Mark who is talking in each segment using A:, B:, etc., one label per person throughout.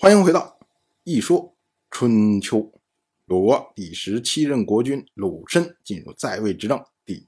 A: 欢迎回到一说春秋。鲁国第17任国君鲁申进入在位执政第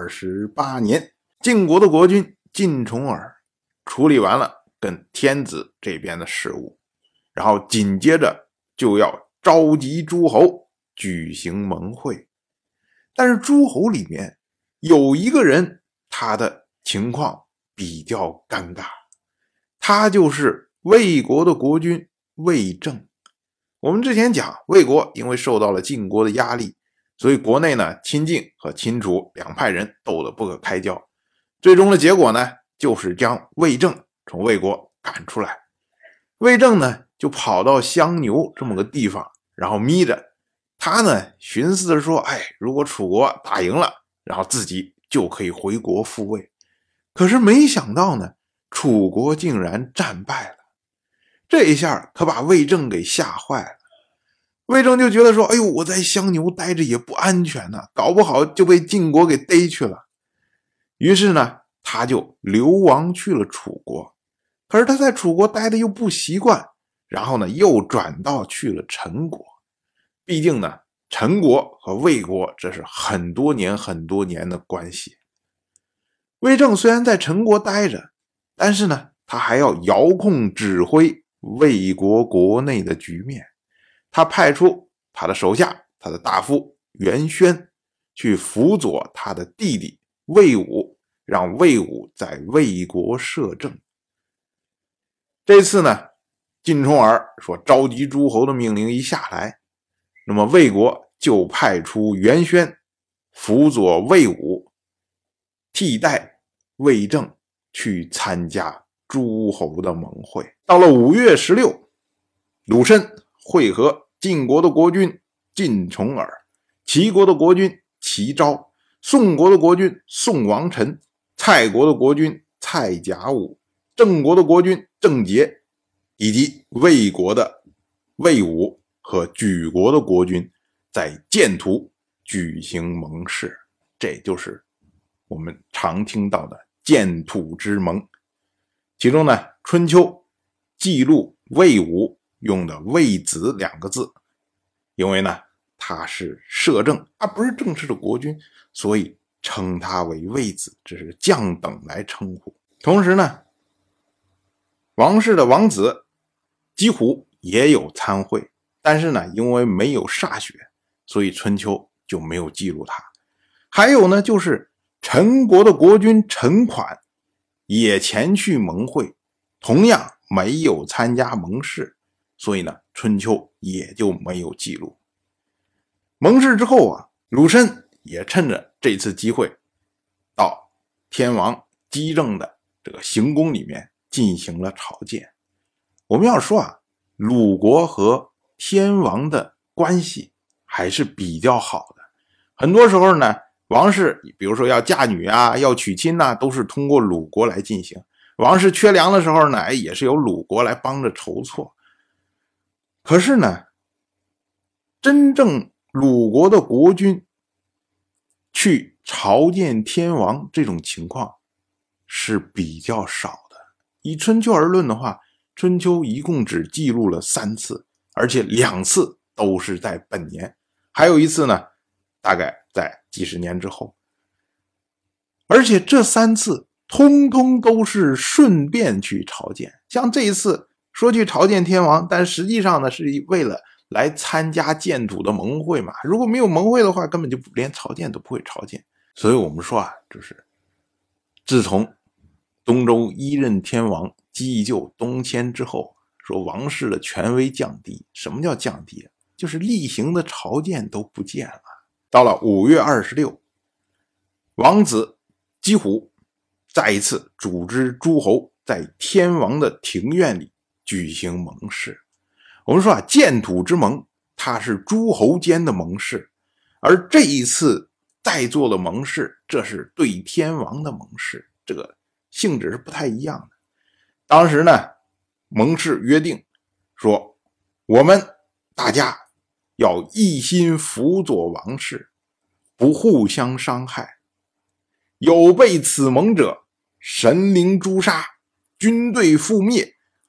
A: 28年，晋国的国君晋重耳处理完了跟天子这边的事务，然后紧接着就要召集诸侯举行盟会。但是诸侯里面有一个人，他的情况比较尴尬，他就是魏国的国君魏正。我们之前讲，魏国因为受到了晋国的压力，所以国内呢亲晋和亲楚两派人斗得不可开交，最终的结果呢就是将魏正从魏国赶出来。魏正呢就跑到襄牛这么个地方，然后眯着，他呢寻思着说，如果楚国打赢了，然后自己就可以回国复位。可是没想到呢，楚国竟然战败了，这一下可把魏正给吓坏了。魏正就觉得说，我在襄牛待着也不安全呢，搞不好就被晋国给逮去了。于是呢，他就流亡去了楚国。可是他在楚国待的又不习惯，然后呢又转到去了陈国。毕竟呢，陈国和魏国这是很多年的关系。魏正虽然在陈国待着，但是呢他还要遥控指挥魏国国内的局面。他派出他的手下，他的大夫袁轩去辅佐他的弟弟魏武，让魏武在魏国摄政。这次呢，晋重耳说召集诸侯的命令一下来，那么魏国就派出袁轩辅佐魏武，替代魏正去参加诸侯的盟会。到了5月16，鲁申会合晋国的国君晋重耳，齐国的国君齐昭，宋国的国君宋王臣，蔡国的国君蔡甲午，郑国的国君郑杰，以及魏国的魏武和莒国的国君在建土举行盟誓。这就是我们常听到的建土之盟。其中呢，春秋记录魏武用的魏子2个字，因为呢他是摄政，他不是正式的国君，所以称他为魏子，这是降等来称呼。同时呢，王室的王子姬虎也有参会，但是呢因为没有歃血，所以春秋就没有记录他。还有呢，就是陈国的国君陈款也前去盟会，同样没有参加盟誓，所以呢春秋也就没有记录。盟誓之后啊，鲁申也趁着这次机会到天王姬正的这个行宫里面进行了朝见。我们要说啊，鲁国和天王的关系还是比较好的。很多时候呢，王室比如说要嫁女啊，要娶亲啊，都是通过鲁国来进行。王室缺粮的时候呢，也是由鲁国来帮着筹措。可是呢，真正鲁国的国君去朝见天王这种情况是比较少的。以春秋而论的话，春秋一共只记录了3次，而且2次都是在本年，还有一次呢大概在几十年之后。而且这3次通通都是顺便去朝见。像这一次说去朝见天王，但实际上呢是为了来参加建土的盟会嘛，如果没有盟会的话，根本就连朝见都不会朝见。所以我们说啊，就是自从东周1任天王姬就东迁之后，说王室的权威降低。什么叫降低？就是例行的朝见都不见了。到了5月26，王子姬虎再一次组织诸侯在天王的庭院里举行盟誓。我们说啊，建土之盟它是诸侯间的盟誓，而这一次再做的盟誓，这是对天王的盟誓，这个性质是不太一样的。当时呢，盟誓约定说，我们大家要一心辅佐王室，不互相伤害，有悖此盟者，神灵诛杀，军队覆灭，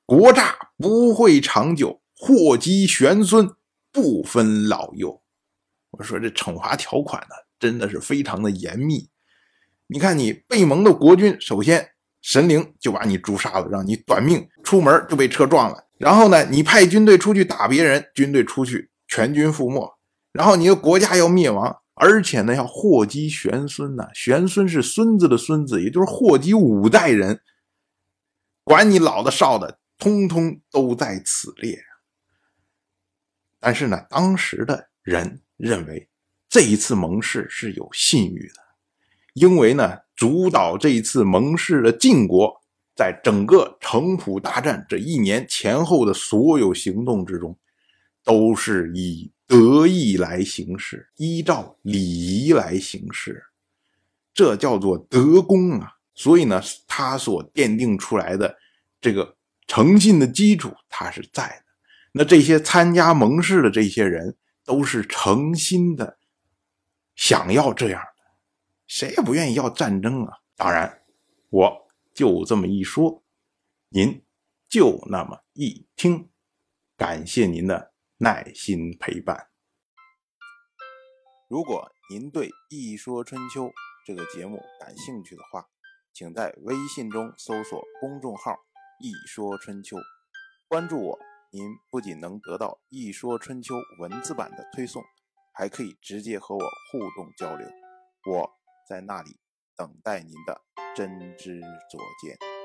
A: 国诈不会长久，祸及玄孙，不分老幼。我说这惩罚条款呢，真的是非常的严密。你看你被蒙的国君，首先神灵就把你诛杀了，让你短命，出门就被车撞了。然后呢，你派军队出去打别人，军队出去全军覆没。然后你的国家要灭亡，而且呢要祸及玄孙呢。玄孙是孙子的孙子，也就是祸及5代人。管你老的少的，通通都在此列。但是呢，当时的人认为这一次盟誓是有信誉的，因为呢，主导这一次盟誓的晋国，在整个城濮大战这1年前后的所有行动之中，都是以德义来行事，依照礼仪来行事，这叫做德公啊。所以呢，他所奠定出来的这个诚信的基础，他是在的。那这些参加盟誓的这些人，都是诚心的想要这样的，谁也不愿意要战争啊。当然，我就这么一说，您就那么一听，感谢您的耐心陪伴。如果您对《一说春秋》这个节目感兴趣的话，请在微信中搜索公众号“一说春秋”，关注我，您不仅能得到《一说春秋》文字版的推送，还可以直接和我互动交流。我在那里等待您的真知灼见。